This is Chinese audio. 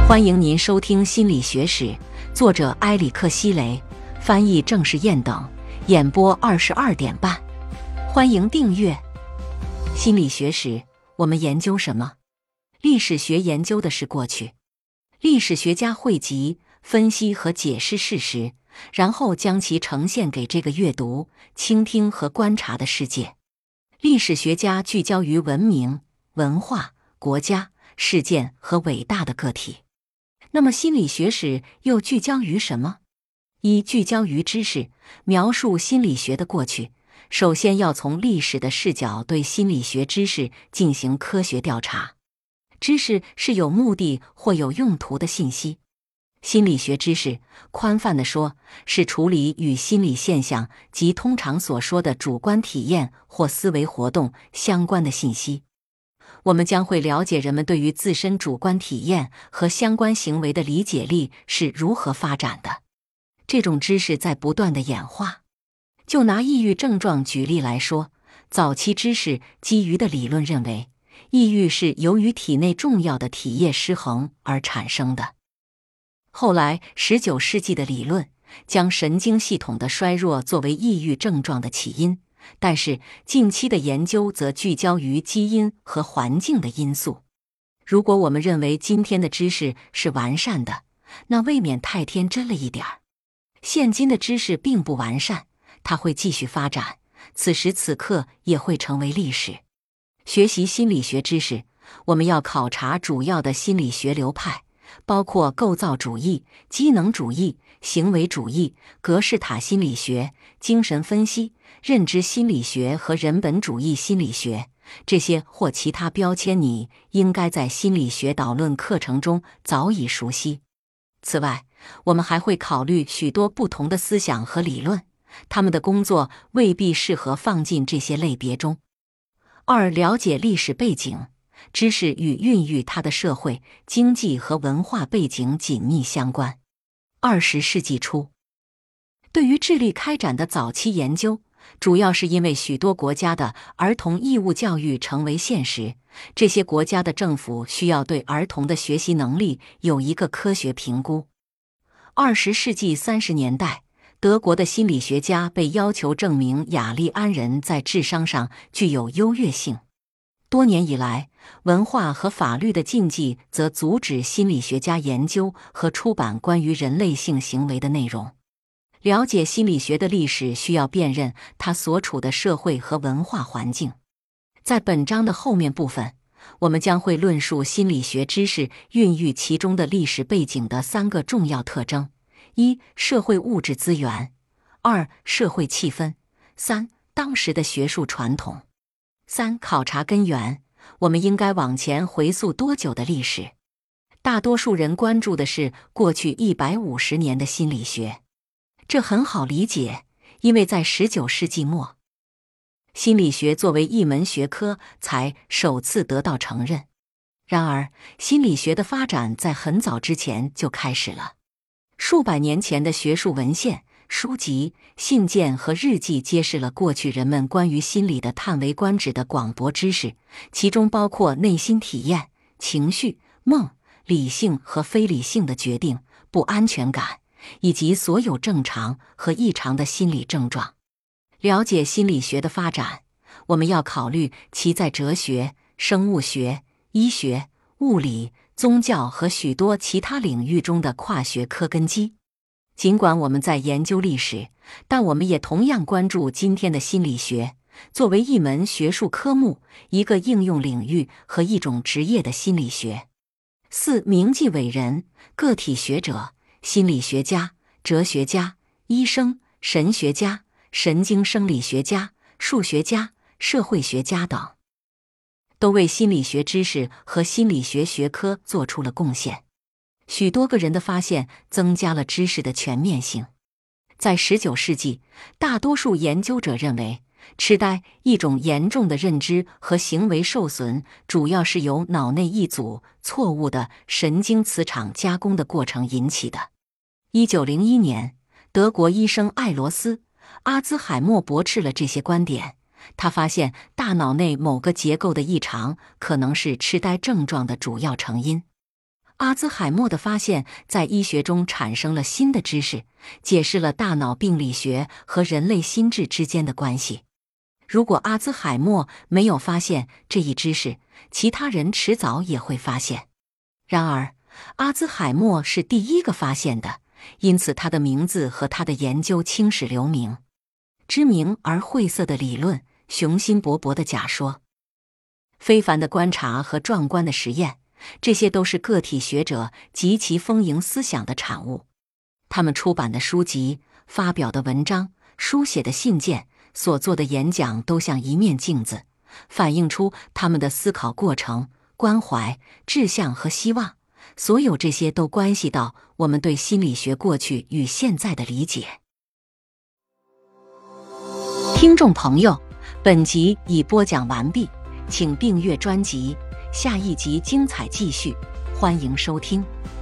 欢迎您收听心理学史，作者埃里克·希雷，翻译郑世燕等，演播22.半。欢迎订阅。心理学史，我们研究什么？历史学研究的是过去。历史学家汇集、分析和解释事实，然后将其呈现给这个阅读、倾听和观察的世界。历史学家聚焦于文明、文化、国家、事件和伟大的个体。那么心理学史又聚焦于什么？一、聚焦于知识，描述心理学的过去。首先要从历史的视角对心理学知识进行科学调查。知识是有目的或有用途的信息。心理学知识，宽泛地说，是处理与心理现象及通常所说的主观体验或思维活动相关的信息。我们将会了解人们对于自身主观体验和相关行为的理解力是如何发展的。这种知识在不断的演化。就拿抑郁症状举例来说，早期知识基于的理论认为，抑郁是由于体内重要的体液失衡而产生的。后来19世纪的理论将神经系统的衰弱作为抑郁症状的起因，但是近期的研究则聚焦于基因和环境的因素。如果我们认为今天的知识是完善的，那未免太天真了一点儿。现今的知识并不完善，它会继续发展，此时此刻也会成为历史。学习心理学知识，我们要考察主要的心理学流派，包括构造主义、机能主义、行为主义、格式塔心理学、精神分析、认知心理学和人本主义心理学。这些或其他标签你应该在心理学导论课程中早已熟悉。此外，我们还会考虑许多不同的思想和理论，他们的工作未必适合放进这些类别中。二、了解历史背景。知识与孕育它的社会、经济和文化背景紧密相关。20世纪初，对于智力开展的早期研究，主要是因为许多国家的儿童义务教育成为现实，这些国家的政府需要对儿童的学习能力有一个科学评估。20世纪30年代，德国的心理学家被要求证明雅利安人在智商上具有优越性。多年以来，文化和法律的禁忌则阻止心理学家研究和出版关于人类性行为的内容。了解心理学的历史需要辨认它所处的社会和文化环境。在本章的后面部分，我们将会论述心理学知识孕育其中的历史背景的3个重要特征：一、社会物质资源；二、社会气氛；三、当时的学术传统。三、考察根源。我们应该往前回溯多久的历史？大多数人关注的是过去150年的心理学。这很好理解，因为在19世纪末，心理学作为一门学科才首次得到承认。然而，心理学的发展在很早之前就开始了。数百年前的学术文献、书籍、信件和日记揭示了过去人们关于心理的叹为观止的广博知识，其中包括内心体验、情绪、梦、理性和非理性的决定、不安全感，以及所有正常和异常的心理症状。了解心理学的发展，我们要考虑其在哲学、生物学、医学、物理、宗教和许多其他领域中的跨学科根基。尽管我们在研究历史，但我们也同样关注今天的心理学，作为一门学术科目、一个应用领域和一种职业的心理学。四、铭记伟人、个体学者、心理学家、哲学家、医生、神学家、神经生理学家、数学家、社会学家等，都为心理学知识和心理学学科做出了贡献。许多个人的发现增加了知识的全面性。在19世纪，大多数研究者认为，痴呆，一种严重的认知和行为受损，主要是由脑内一组错误的神经磁场加工的过程引起的。1901年，德国医生艾罗斯·阿兹海默驳斥了这些观点。他发现大脑内某个结构的异常可能是痴呆症状的主要成因。 阿兹海默的发现在医学中产生了新的知识，解释了大脑病理学和人类心智之间的关系。如果阿兹海默没有发现这一知识，其他人迟早也会发现。然而，阿兹海默是第一个发现的，因此他的名字和他的研究青史留名。知名而晦涩的理论，雄心勃勃的假说，非凡的观察和壮观的实验，这些都是个体学者极其丰盈思想的产物。他们出版的书籍、发表的文章、书写的信件、所做的演讲都像一面镜子，反映出他们的思考过程、关怀、志向和希望。所有这些都关系到我们对心理学过去与现在的理解。听众朋友，本集已播讲完毕，请订阅专辑，下一集精彩继续，欢迎收听。